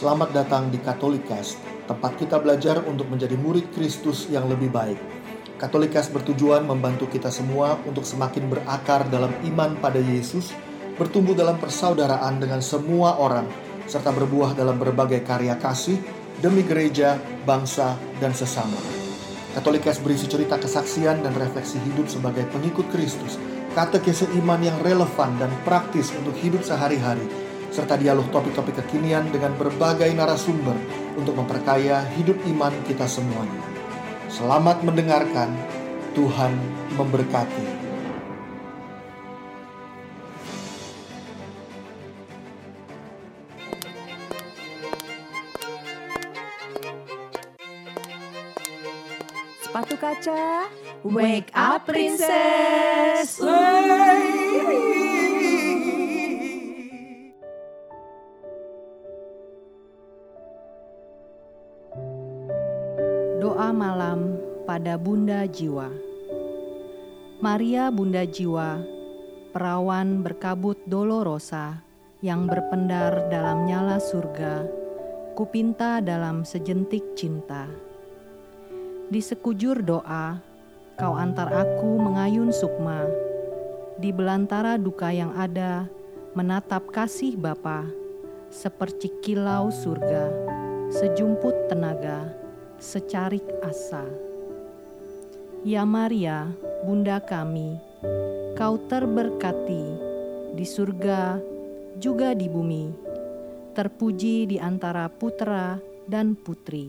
Selamat datang di Katolikas, tempat kita belajar untuk menjadi murid Kristus yang lebih baik. Katolikas bertujuan membantu kita semua untuk semakin berakar dalam iman pada Yesus, bertumbuh dalam persaudaraan dengan semua orang, serta berbuah dalam berbagai karya kasih demi gereja, bangsa, dan sesama. Katolikas berisi cerita kesaksian dan refleksi hidup sebagai pengikut Kristus, katekese iman yang relevan dan praktis untuk hidup sehari-hari, serta dialog topik-topik kekinian dengan berbagai narasumber untuk memperkaya hidup iman kita semuanya. Selamat mendengarkan, Tuhan memberkati. Sepatu kaca, wake up princess. Doa malam pada Bunda Jiwa. Maria Bunda Jiwa, perawan berkabut dolorosa yang berpendar dalam nyala surga, kupinta dalam sejentik cinta. Di sekujur doa, kau antar aku mengayun sukma. Di belantara duka yang ada, menatap kasih Bapa, sepercik kilau surga, sejumput tenaga, secarik asa. Ya Maria, Bunda kami, kau terberkati di surga juga di bumi, terpuji di antara putra dan putri.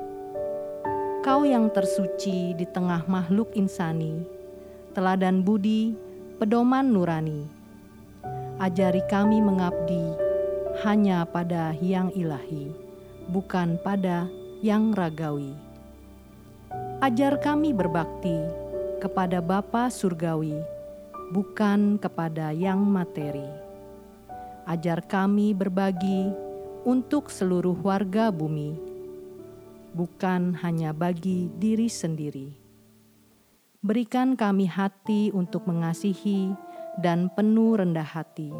Kau yang tersuci di tengah makhluk insani, teladan budi, pedoman nurani. Ajari kami mengabdi hanya pada yang ilahi, bukan pada yang ragawi. Ajar kami berbakti kepada Bapa surgawi, bukan kepada yang materi. Ajar kami berbagi untuk seluruh warga bumi, bukan hanya bagi diri sendiri. Berikan kami hati untuk mengasihi dan penuh rendah hati.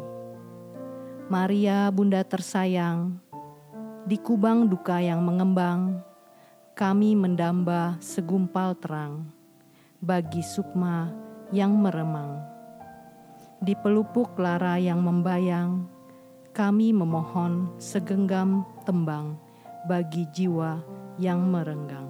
Maria Bunda tersayang, di kubang duka yang mengembang, kami mendamba segumpal terang bagi sukma yang meremang. Di pelupuk lara yang membayang, kami memohon segenggam tembang bagi jiwa yang merenggang.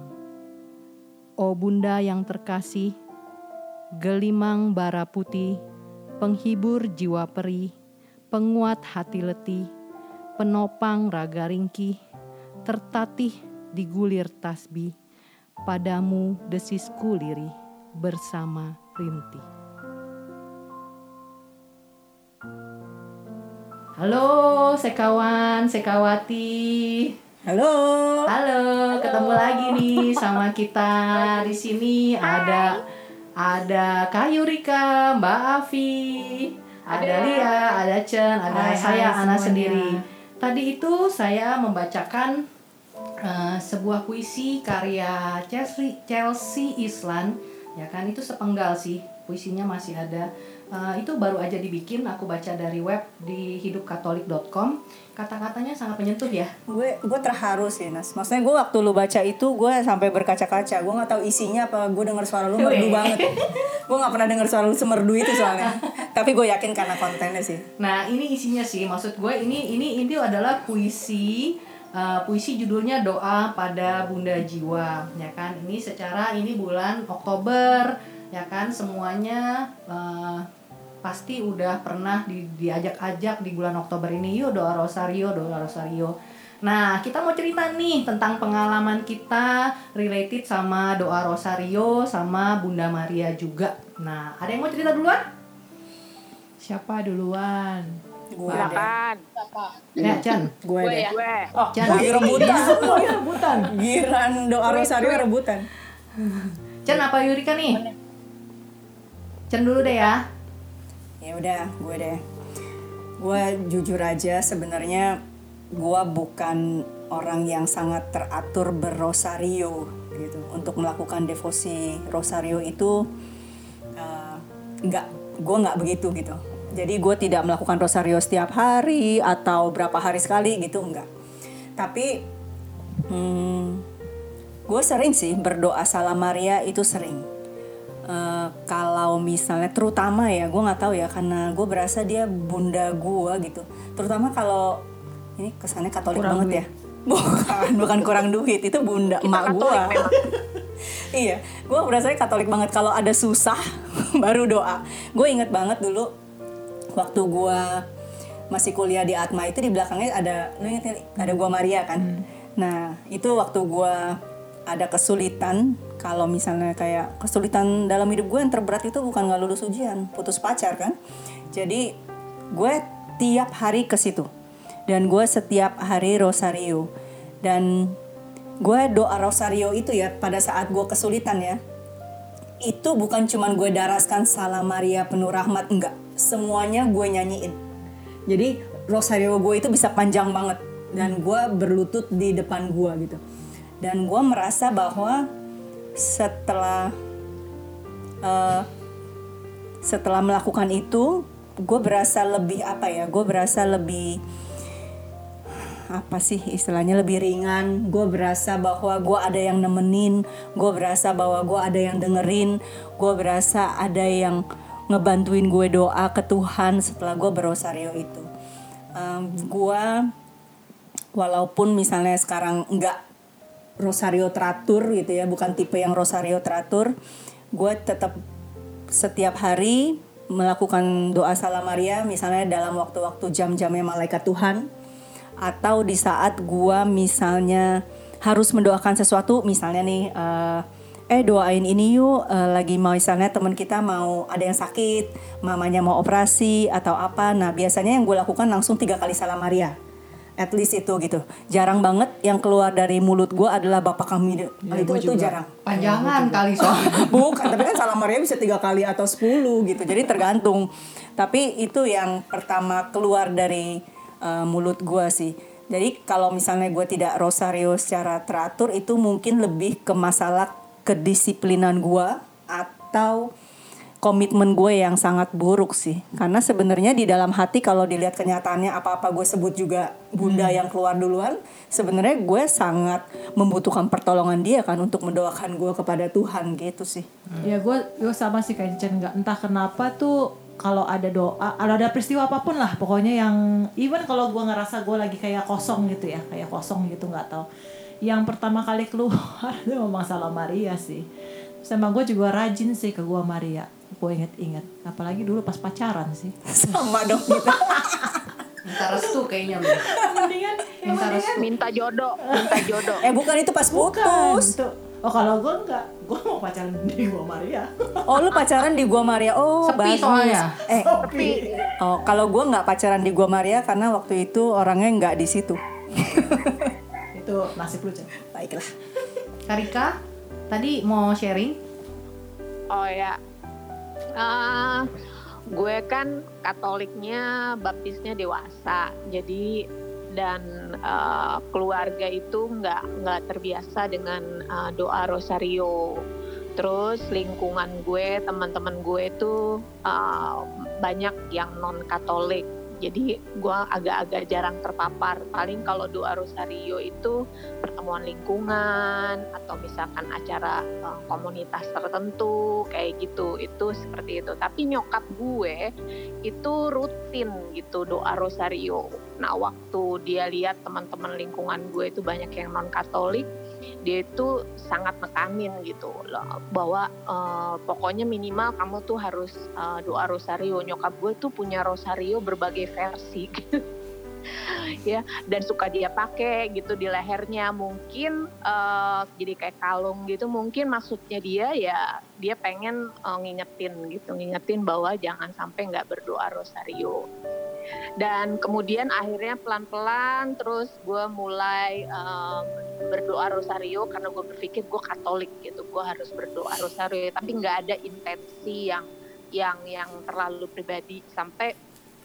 O Bunda yang terkasih, gelimang bara putih, penghibur jiwa perih, penguat hati letih, penopang raga ringkih, tertatih digulir tasbih, padamu desisku lirih bersama rintih. Halo sekawan, sekawati. Halo, Ketemu lagi nih sama kita di sini. Ada Kak Yurika, Mbak Afi, ada Lia, ada Chen, ada saya Ana sendiri. Tadi itu saya membacakan sebuah puisi karya Chelsea Islan, ya kan, itu sepenggal sih, puisinya masih ada. Itu baru aja dibikin, aku baca dari web di hidupkatolik.com. Kata-katanya sangat menyentuh ya. gue terharu sih, Nas. Maksudnya gue waktu lu baca itu gue sampai berkaca-kaca. Gue nggak tahu isinya apa. Gue dengar suara lu merdu banget. Gue nggak pernah dengar suara lu semerdu itu soalnya. Tapi gue yakin karena kontennya sih. Nah ini isinya sih, maksud gue ini adalah puisi. Puisi judulnya Doa pada Bunda Jiwa, ya kan. Ini bulan Oktober, ya kan. Semuanya pasti udah pernah diajak-ajak di bulan Oktober ini, yuk doa rosario. Nah, kita mau cerita nih tentang pengalaman kita related sama doa rosario sama Bunda Maria juga. Nah, ada yang mau cerita duluan? Siapa duluan? Gue Silakan. Ya, Chan. Gue deh. Oh, Chan. Rebutan. Giran doa rosario rebutan. Chan apa Yurika nih? Chan dulu deh ya. Ya udah, gue deh. Gue jujur aja sebenarnya gue bukan orang yang sangat teratur berrosario gitu. Untuk melakukan devosi rosario itu gue nggak begitu gitu. Jadi gue tidak melakukan rosario setiap hari atau berapa hari sekali gitu, enggak. Tapi gue sering sih berdoa Salam Maria itu sering. Kalau misalnya terutama ya, gue nggak tahu ya, karena gue berasa dia bunda gue gitu. Terutama kalau ini kesannya Katolik kurang banget duit. Ya. Bukan kurang duit, itu bunda emak gue. Iya, gue berasanya Katolik banget. Kalau ada susah baru doa. Gue inget banget dulu waktu gue masih kuliah di Atma itu, di belakangnya ada Gua Maria kan. Nah itu waktu gue ada kesulitan, kalau misalnya kayak kesulitan dalam hidup gue yang terberat itu bukan gak lulus ujian, putus pacar kan. Jadi gue tiap hari ke situ dan gue setiap hari rosario. Dan gue doa rosario itu ya pada saat gue kesulitan ya, itu bukan cuman gue daraskan Salam Maria penuh rahmat, enggak, semuanya gue nyanyiin. Jadi rosario gue itu bisa panjang banget dan gue berlutut di depan gue gitu. Dan gue merasa bahwa setelah melakukan itu, gue berasa lebih lebih ringan. Gue berasa bahwa gue ada yang nemenin, gue berasa bahwa gue ada yang dengerin, gue berasa ada yang ngebantuin gue doa ke Tuhan setelah gue berosario itu. Gue walaupun misalnya sekarang enggak rosario teratur gitu ya, bukan tipe yang rosario teratur, gue tetap setiap hari melakukan doa Salam Maria, misalnya dalam waktu-waktu jam-jamnya malaikat Tuhan, atau di saat gue misalnya harus mendoakan sesuatu, misalnya nih doain ini yuk, lagi mau misalnya teman kita mau ada yang sakit, mamanya mau operasi atau apa. Nah biasanya yang gue lakukan langsung 3 kali Salam Maria. At least itu gitu. Jarang banget yang keluar dari mulut gue adalah Bapa Kami. Ya, itu jarang. Panjangan kali soalnya. Bukan, tapi kan Salam Maria bisa 3 kali atau 10 gitu. Jadi tergantung. Tapi itu yang pertama keluar dari mulut gue sih. Jadi kalau misalnya gue tidak rosario secara teratur, itu mungkin lebih ke masalah kedisiplinan gue atau komitmen gue yang sangat buruk sih. Karena sebenarnya di dalam hati kalau dilihat kenyataannya, apa-apa gue sebut juga bunda yang keluar duluan, sebenarnya gue sangat membutuhkan pertolongan dia kan untuk mendoakan gue kepada Tuhan gitu sih. Ya gue sama sih kayak Chen, nggak entah kenapa tuh kalau ada doa, kalau ada peristiwa apapun lah pokoknya yang even kalau gue ngerasa gue lagi kayak kosong gitu ya, kayak kosong gitu nggak tahu. Yang pertama kali keluar itu memang Salam Maria sih. Sama gue juga rajin sih ke Gua Maria. Gue inget-inget, apalagi dulu pas pacaran sih. Sama dong kita. Minta restu kayaknya lu. Minta jodoh. Bukan itu pas putus. Oh kalau gue enggak, gue mau pacaran di Gua Maria. Oh lu pacaran di Gua Maria, oh sepi bagus. soalnya. Sepi. Oh kalau gue nggak pacaran di Gua Maria karena waktu itu orangnya nggak di situ. Itu nasib lu, Cen. Baiklah. Karika, tadi mau sharing? Oh ya, gue kan Katoliknya baptisnya dewasa, jadi dan keluarga itu nggak terbiasa dengan doa rosario. Terus lingkungan gue, teman-teman gue itu banyak yang non Katolik. Jadi gue agak-agak jarang terpapar. Paling kalau doa rosario itu pertemuan lingkungan atau misalkan acara komunitas tertentu kayak gitu. Itu seperti itu. Tapi nyokap gue itu rutin gitu doa rosario. Nah waktu dia lihat teman-teman lingkungan gue itu banyak yang non Katolik, dia itu sangat nekanin gitu loh, bahwa pokoknya minimal kamu tuh harus doa rosario. Nyokap gue tuh punya rosario berbagai versi ya, dan suka dia pakai gitu di lehernya, mungkin jadi kayak kalung gitu. Mungkin maksudnya dia pengen ngingetin bahwa jangan sampai nggak berdoa rosario. Dan kemudian akhirnya pelan-pelan terus gue mulai berdoa rosario karena gue berpikir gue Katolik gitu, gue harus berdoa rosario, tapi nggak ada intensi yang terlalu pribadi. Sampai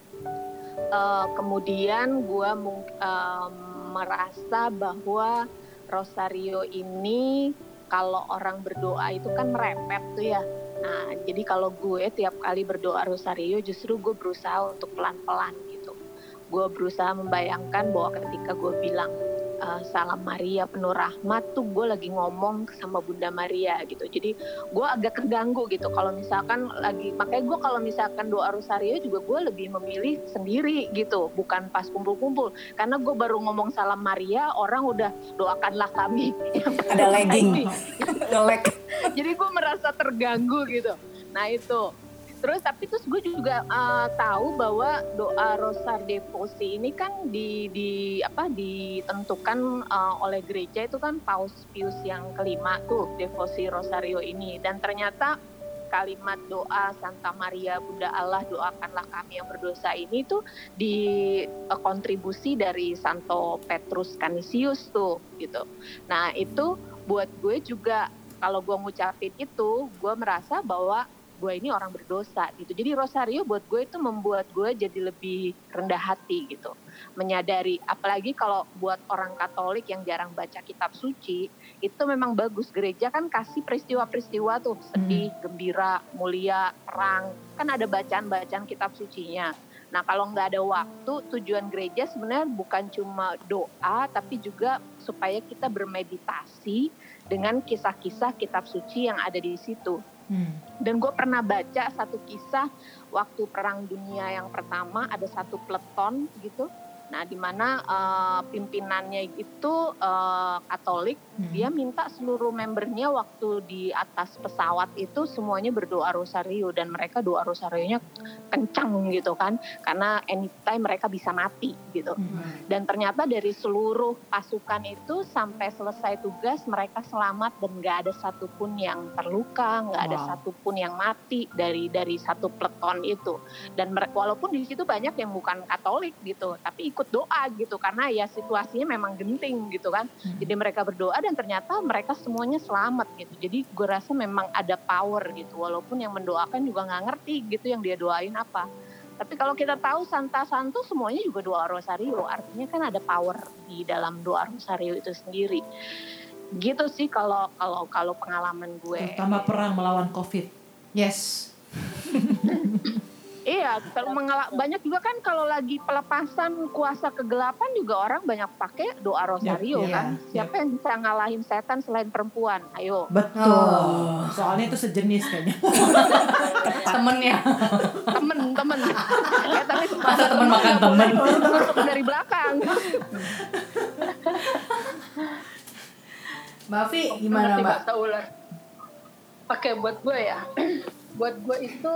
kemudian gue merasa bahwa rosario ini kalau orang berdoa itu kan merepet tuh ya. Nah, jadi kalau gue tiap kali berdoa rosario justru gue berusaha untuk pelan-pelan gitu. Gue berusaha membayangkan bahwa ketika gue bilang Salam Maria penuh rahmat tuh gue lagi ngomong sama Bunda Maria gitu. Jadi gue agak keganggu gitu kalau misalkan lagi, makanya gue kalau misalkan doa rosario juga gue lebih memilih sendiri gitu, bukan pas kumpul-kumpul. Karena gue baru ngomong Salam Maria, orang udah doakanlah kami. Ada lagging, nge-lag. Jadi gue merasa terganggu gitu. Nah itu. Terus gue juga tahu bahwa doa Rosar Devosi ini kan ditentukan oleh gereja itu kan Paus Pius yang kelima tuh Devosi Rosario ini, dan ternyata kalimat doa Santa Maria Bunda Allah doakanlah kami yang berdosa ini tuh dikontribusi dari Santo Petrus Canisius tuh gitu. Nah itu buat gue juga kalau gue ngucapin itu gue merasa bahwa gue ini orang berdosa gitu. Jadi rosario buat gue itu membuat gue jadi lebih rendah hati gitu. Menyadari, apalagi kalau buat orang Katolik yang jarang baca kitab suci, itu memang bagus. Gereja kan kasih peristiwa-peristiwa tuh, sedih, gembira, mulia, perang. Kan ada bacaan-bacaan kitab sucinya. Nah kalau nggak ada waktu, tujuan gereja sebenarnya bukan cuma doa, tapi juga supaya kita bermeditasi dengan kisah-kisah kitab suci yang ada di situ. Dan gue pernah baca satu kisah waktu Perang Dunia yang pertama, ada satu peleton gitu. Nah di mana pimpinannya itu Katolik, dia minta seluruh membernya waktu di atas pesawat itu semuanya berdoa rosario, dan mereka doa rosarionya kencang gitu kan, karena anytime mereka bisa mati gitu. Dan ternyata dari seluruh pasukan itu sampai selesai tugas mereka selamat dan nggak ada satupun yang terluka, nggak ada satupun yang mati dari satu peleton itu. Dan walaupun di situ banyak yang bukan Katolik gitu, tapi ikut doa gitu karena ya situasinya memang genting gitu kan. Jadi mereka berdoa dan ternyata mereka semuanya selamat gitu. Jadi gue rasa memang ada power gitu, walaupun yang mendoakan juga nggak ngerti gitu yang dia doain apa. Tapi kalau kita tahu Santa Santo semuanya juga doa rosario, artinya kan ada power di dalam doa rosario itu sendiri. Gitu sih kalau pengalaman gue. Terutama perang melawan COVID. Yes. Iya, kalau banyak juga kan kalau lagi pelepasan kuasa kegelapan juga orang banyak pakai doa rosario kan. Siapa yang bisa ngalahin setan selain perempuan? Ayo. Betul. Soalnya itu sejenis kayaknya. Temennya. Temen. Ya, tapi masa temen makan temen. Masuk dari belakang. Mbak Fi, gimana Mbak? Bahasa ular. Oke, buat gue ya. Buat gue itu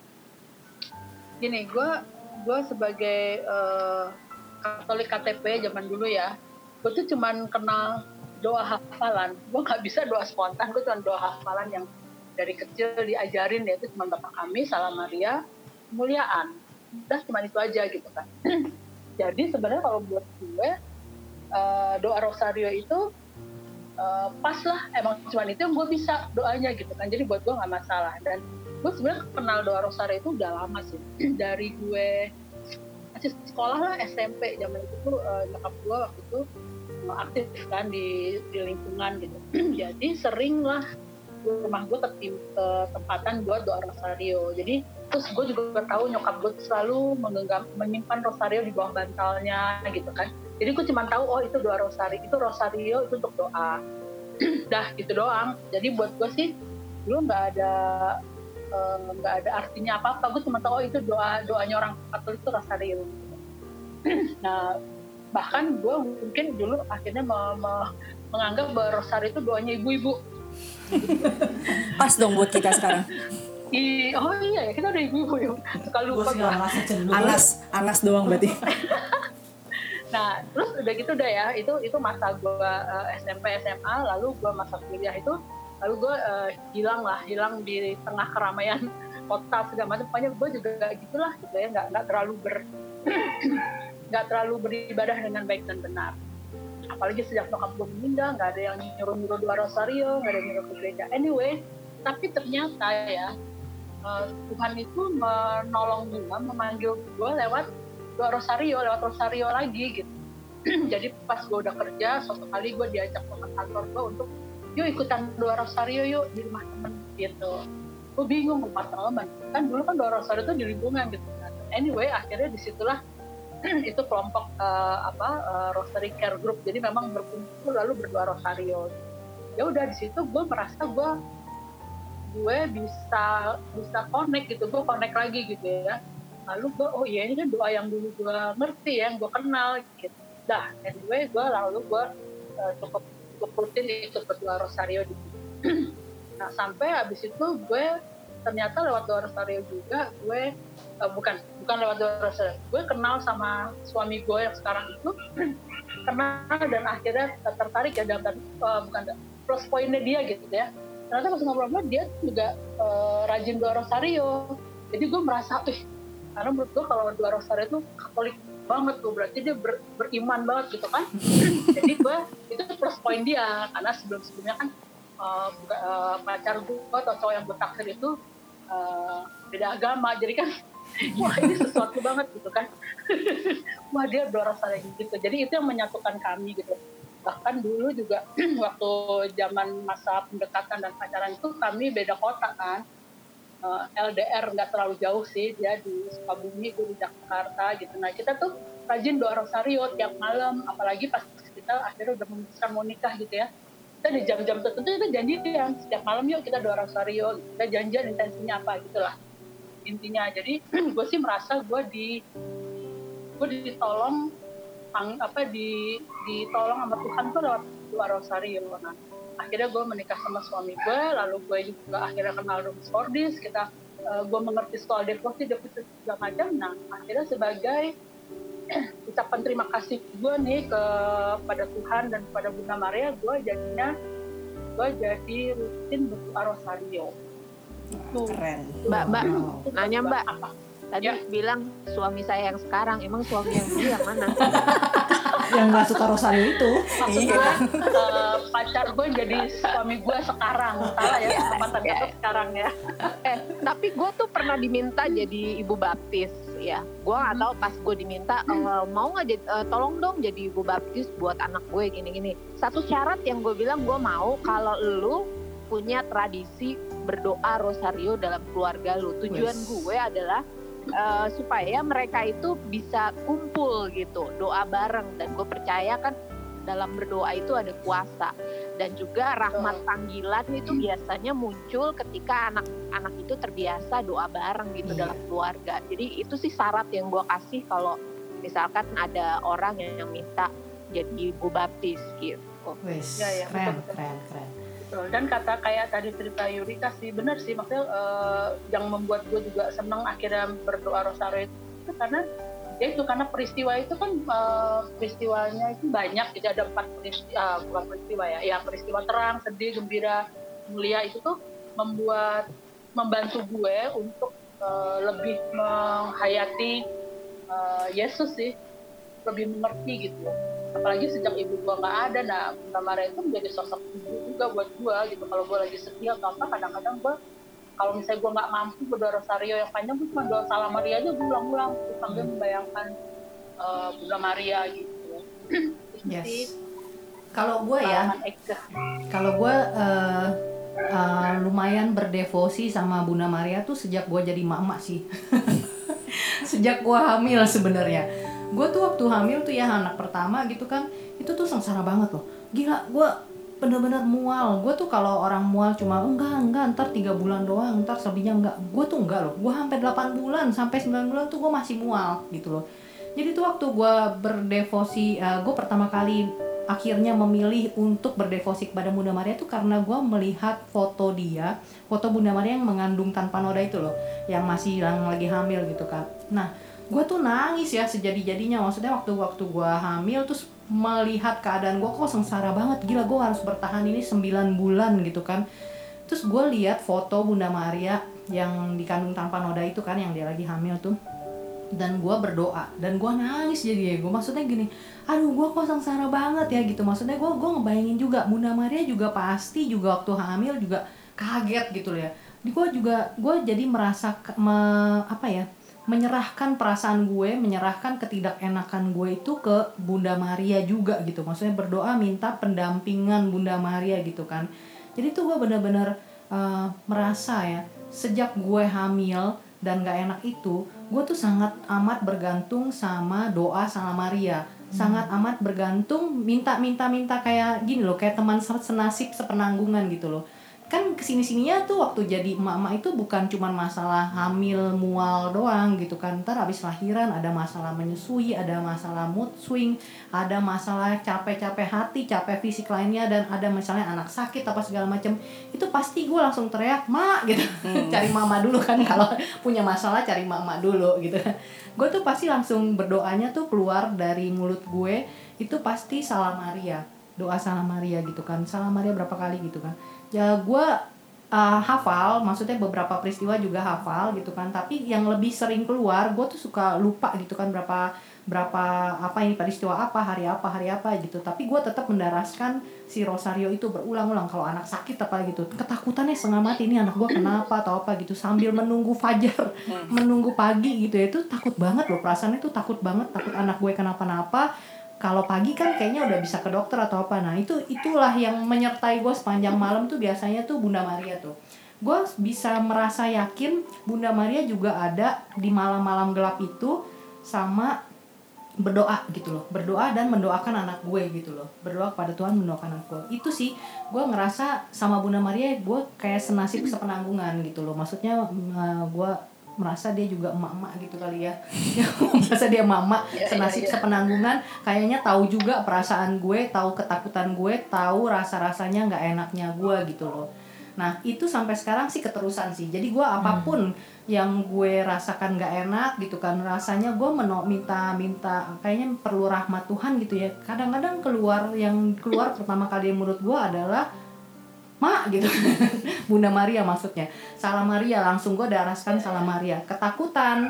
gini, gue sebagai Katolik KTP zaman dulu ya, gue tuh cuman kenal doa hafalan. Gue nggak bisa doa spontan, gue cuma doa hafalan yang dari kecil diajarin, yaitu cuma Bapa Kami, Salam Maria, Kemuliaan. Udah cuma itu aja gitu kan. Jadi sebenarnya kalau buat gue doa rosario itu pas lah, emang cuma itu yang gue bisa doanya gitu kan. Jadi buat gue nggak masalah. Dan gue sebenarnya kenal doa rosario itu udah lama sih, dari gue masih sekolah lah, SMP zaman itu tuh nyokap gue waktu itu aktif kan di lingkungan gitu. Jadi sering lah rumah gue tempatan buat doa rosario. Jadi terus gue juga tahu nyokap gue selalu menyimpan rosario di bawah bantalnya gitu kan. Jadi gue cuma tahu itu doa rosario, itu rosario itu untuk doa. Dah gitu doang. Jadi buat gue sih dulu nggak ada artinya apa-apa. Gue cuma tahu itu doanya orang Katolik itu rosario. Nah bahkan gue mungkin dulu akhirnya menganggap bahwa rosario itu doanya ibu-ibu. Pas dong buat kita sekarang. Oh iya ya, kita udah ibu-ibu ya. Kalau lupa Anas doang berarti. Nah terus udah gitu udah ya, itu masa gue SMP SMA, lalu gue masa kuliah itu, lalu gue hilang di tengah keramaian kota segala macam. Pokoknya gue juga gitulah gitu ya, nggak terlalu beribadah dengan baik dan benar. Apalagi sejak nyokap gue meninggal, nggak ada yang nyuruh doa rosario, nggak ada yang nyuruh ke gereja. Anyway, tapi ternyata ya Tuhan itu menolong gue, memanggil gue lewat doa rosario, lagi gitu. Jadi pas gue udah kerja, suatu kali gue diajak ke kantor gue untuk yuk ikutan doa rosario yuk di rumah temen gitu. Gue bingung rumah temen, kan dulu kan doa rosario itu di lingkungan gitu. Anyway, akhirnya disitulah itu kelompok Rosary Care Group, jadi memang berkumpul lalu berdoa rosario. Ya udah di situ gue merasa gue bisa connect gitu, gue connect lagi gitu ya. Lalu gue ini kan doa yang dulu gue ngerti ya, yang gue kenal gitu. Anyway gue cukup rutin ikut berdoa rosario di situ. Nah sampai habis itu gue ternyata lewat doa rosario juga gue bukan lewat doa rosario, gue kenal sama suami gue yang sekarang itu kenal dan akhirnya tertarik ya dan plus poinnya dia gitu ya. Ternyata pas ngobrol-ngobrol dia juga rajin doa rosario. Jadi gue merasa karena menurut gue kalau doa rosario itu Katolik banget tuh, berarti dia beriman banget gitu kan. Jadi gue itu plus poin dia, karena sebelumnya kan pacar gue atau cowok yang gue taksir itu beda agama, jadi kan wah ini sesuatu banget gitu kan. Wah dia doa rosario gitu, jadi itu yang menyatukan kami gitu. Bahkan dulu juga waktu zaman masa pendekatan dan pacaran itu kami beda kota kan, LDR nggak terlalu jauh sih, dia di Sukabumi, gue di Jakarta gitu. Nah kita tuh rajin doa rosario tiap malam, apalagi pas kita akhirnya udah memutuskan mau nikah gitu ya. Kita di jam-jam tertentu kita janjian setiap malam yuk kita doa rosario, kita janjian intensinya apa gitulah intinya. Jadi gue sih merasa gue ditolong ditolong sama Tuhan tuh lewat doa rosario. Nah, akhirnya gue menikah sama suami gue, lalu gue juga akhirnya kenal Rumus Fordis, gue mengerti soal devosi segala macam. Nah, akhirnya sebagai ucapan terima kasih gue nih kepada Tuhan dan kepada Bunda Maria, gue jadi rutin berdoa rosario. Keren. Mbak, nanya Mbak. Apa? Tadi bilang suami saya yang sekarang, emang suami yang dulu yang mana? Yang nggak suka rosario itu. Maksudnya pacar gue jadi suami gue sekarang. Salah ya, kesempatan itu sekarang ya. Tapi gue tuh pernah diminta jadi ibu baptis ya. Gue nggak tahu pas gue diminta mau nggak tolong dong jadi ibu baptis buat anak gue gini-gini. Satu syarat yang gue bilang gue mau kalau lu punya tradisi berdoa rosario dalam keluarga lu. Tujuan gue adalah supaya mereka itu bisa kumpul gitu, doa bareng. Dan gue percaya kan dalam berdoa itu ada kuasa dan juga rahmat panggilan itu biasanya muncul ketika anak-anak itu terbiasa doa bareng gitu dalam keluarga. Jadi itu sih syarat yang gue kasih kalau misalkan ada orang yang minta jadi ibu baptis gitu. Ya, keren. Dan kata kayak tadi cerita Yurika sih, benar sih, maksudnya yang membuat gue juga senang akhirnya berdoa rosario itu karena peristiwa itu kan peristiwanya itu banyak, jadi ada 4 peristiwa, bukan peristiwa ya peristiwa terang, sedih, gembira, mulia, itu tuh membantu gue untuk lebih menghayati Yesus sih, lebih mengerti gitu. Apalagi sejak ibu gue nggak ada, nah Bunda Maria itu menjadi sosok ibu juga buat gue gitu. Kalau gue lagi sedih atau apa, kadang-kadang gue kalau misalnya gue nggak mampu berdoa rosario yang panjang, gue cuma doa Salam Maria aja, gue ulang-ulang sambil membayangkan Bunda Maria gitu. Yes. Kalau gue lumayan berdevosi sama Bunda Maria tuh sejak gue jadi mama sih. Sejak gue hamil sebenarnya. Gue tuh waktu hamil tuh ya anak pertama gitu kan, itu tuh sengsara banget loh. Gila, gue bener-bener mual. Gue tuh kalau orang mual cuma enggak ntar 3 bulan doang, ntar selebihnya enggak. Gue tuh enggak loh, gue sampai 8 bulan sampai 9 bulan tuh gue masih mual gitu loh. Jadi tuh waktu gue berdevosi, gue pertama kali akhirnya memilih untuk berdevosi kepada Bunda Maria tuh karena gue melihat foto Bunda Maria yang mengandung tanpa noda itu loh, yang masih lagi hamil gitu kan. Nah, gue tuh nangis ya sejadi-jadinya, maksudnya waktu gue hamil terus melihat keadaan gue kok sengsara banget, gila gue harus bertahan ini 9 bulan gitu kan. Terus gue lihat foto Bunda Maria yang dikandung tanpa noda itu kan, yang dia lagi hamil tuh, dan gue berdoa dan gue nangis. Jadi gue maksudnya gini, aduh gue kok sengsara banget ya gitu. Maksudnya gue ngebayangin juga Bunda Maria juga pasti juga waktu hamil juga kaget gitu ya. Gue jadi merasa menyerahkan perasaan gue, menyerahkan ketidakenakan gue itu ke Bunda Maria juga gitu. Maksudnya berdoa minta pendampingan Bunda Maria gitu kan. Jadi tuh gue benar-benar merasa ya, sejak gue hamil dan gak enak itu, gue tuh sangat amat bergantung sama doa Salam Maria. Sangat amat bergantung, minta kayak gini loh, kayak teman senasib sepenanggungan gitu loh. Kan kesini-sininya tuh waktu jadi emak-emak itu bukan cuma masalah hamil mual doang gitu kan. Ntar abis lahiran ada masalah menyusui, ada masalah mood swing, ada masalah capek-capek hati, capek fisik lainnya, dan ada misalnya anak sakit apa segala macam. Itu pasti gue langsung teriak mak gitu. Cari mama dulu kan, kalau punya masalah cari mama dulu gitu. Gue tuh pasti langsung berdoanya tuh keluar dari mulut gue itu pasti Salam Maria, doa Salam Maria gitu kan. Salam Maria berapa kali gitu kan. Ya gue hafal, maksudnya beberapa peristiwa juga hafal gitu kan, tapi yang lebih sering keluar gue tuh suka lupa gitu kan berapa apa ini peristiwa apa hari apa gitu, tapi gue tetap mendaraskan si rosario itu berulang-ulang. Kalau anak sakit apa gitu, ketakutannya setengah mati, ini anak gue kenapa atau apa gitu, sambil menunggu fajar, menunggu pagi gitu ya, itu takut banget loh, perasaannya tuh takut banget, takut anak gue kenapa-napa. Kalau pagi kan kayaknya udah bisa ke dokter atau apa. Nah itulah yang menyertai gue sepanjang malam tuh biasanya tuh Bunda Maria tuh. Gue bisa merasa yakin Bunda Maria juga ada di malam-malam gelap itu, sama berdoa gitu loh, berdoa dan mendoakan anak gue gitu loh, berdoa kepada Tuhan, mendoakan anak gue. Itu sih gue ngerasa sama Bunda Maria gue kayak senasib sepenanggungan gitu loh. Maksudnya gue merasa dia juga emak-emak gitu kali ya. Merasa dia emak-emak senasib sepenanggungan, kayaknya tahu juga perasaan gue, tahu ketakutan gue, tahu rasa-rasanya nggak enaknya gue gitu loh. Nah itu sampai sekarang sih keterusan sih. Jadi gue apapun yang gue rasakan nggak enak gitu kan, rasanya gue minta kayaknya perlu rahmat Tuhan gitu ya. Kadang-kadang yang keluar pertama kali menurut gue adalah mak gitu. Bunda Maria maksudnya, Salam Maria, langsung gue daraskan Salam Maria. Ketakutan,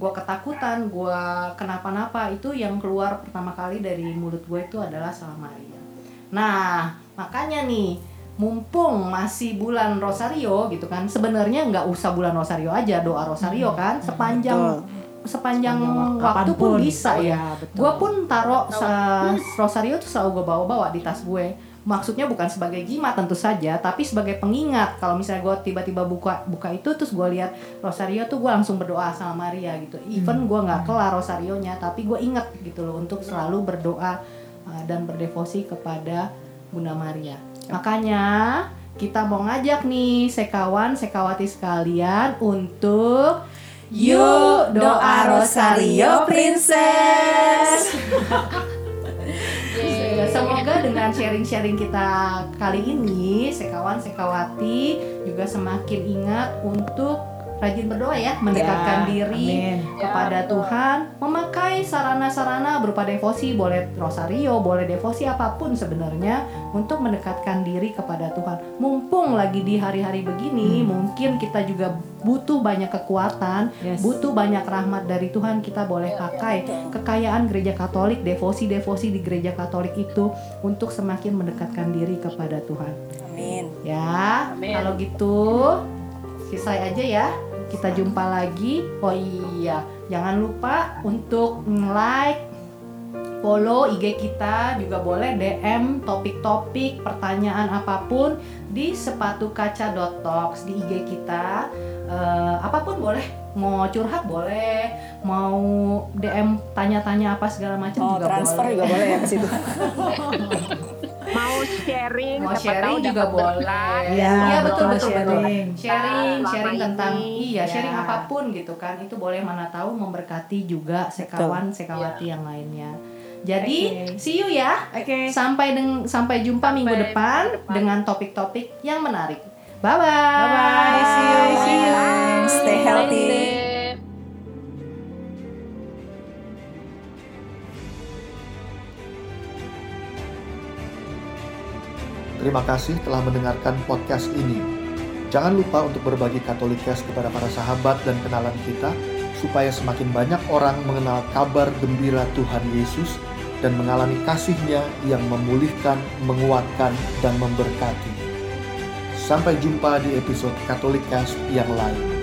gue kenapa-napa, itu yang keluar pertama kali dari mulut gue itu adalah Salam Maria. Nah makanya nih, mumpung masih bulan Rosario gitu kan, sebenarnya nggak usah bulan Rosario aja, doa Rosario kan sepanjang waktu pun bisa ya. Gue pun taruh Rosario tuh selalu gue bawa di tas gue. Maksudnya bukan sebagai jimat tentu saja, tapi sebagai pengingat. Kalau misalnya gue tiba-tiba buka itu terus gue lihat Rosario tuh, gue langsung berdoa sama Maria gitu. Even gue nggak kelar Rosarionya, tapi gue ingat gitu loh untuk selalu berdoa dan berdevosi kepada Bunda Maria. Makanya kita mau ngajak nih sekawan sekawati sekalian untuk yuk doa Rosario Princess. Semoga dengan sharing-sharing kita kali ini, sekawan sekawati juga semakin ingat untuk rajin berdoa ya, mendekatkan diri kepada Tuhan, memakai sarana-sarana berupa devosi, boleh rosario, boleh devosi apapun sebenarnya, untuk mendekatkan diri kepada Tuhan. Mumpung lagi di hari-hari begini, mungkin kita juga butuh banyak kekuatan, butuh banyak rahmat dari Tuhan. Kita boleh pakai kekayaan gereja Katolik, devosi-devosi di gereja Katolik itu untuk semakin mendekatkan diri kepada Tuhan. Amin. Ya, kalau gitu selesai aja ya. Kita jumpa lagi. Oh iya, jangan lupa untuk like, follow IG kita, juga boleh DM topik-topik, pertanyaan apapun di sepatukaca.talks di IG kita. Apapun boleh, mau curhat boleh, mau DM tanya-tanya apa segala macam juga transfer boleh. Juga boleh ya ke situ. Mau sharing juga boleh. Iya, betul. Sharing tentang ini. sharing apapun gitu kan. Itu boleh, mana tahu memberkati juga sekawan sekawati yang lainnya. Jadi see you ya. Sampai jumpa minggu depan dengan topik-topik yang menarik. Bye bye. See you. Stay healthy. Terima kasih telah mendengarkan podcast ini. Jangan lupa untuk berbagi Katolikast kepada para sahabat dan kenalan kita, supaya semakin banyak orang mengenal kabar gembira Tuhan Yesus dan mengalami kasih-Nya yang memulihkan, menguatkan, dan memberkati. Sampai jumpa di episode Katolikast yang lain.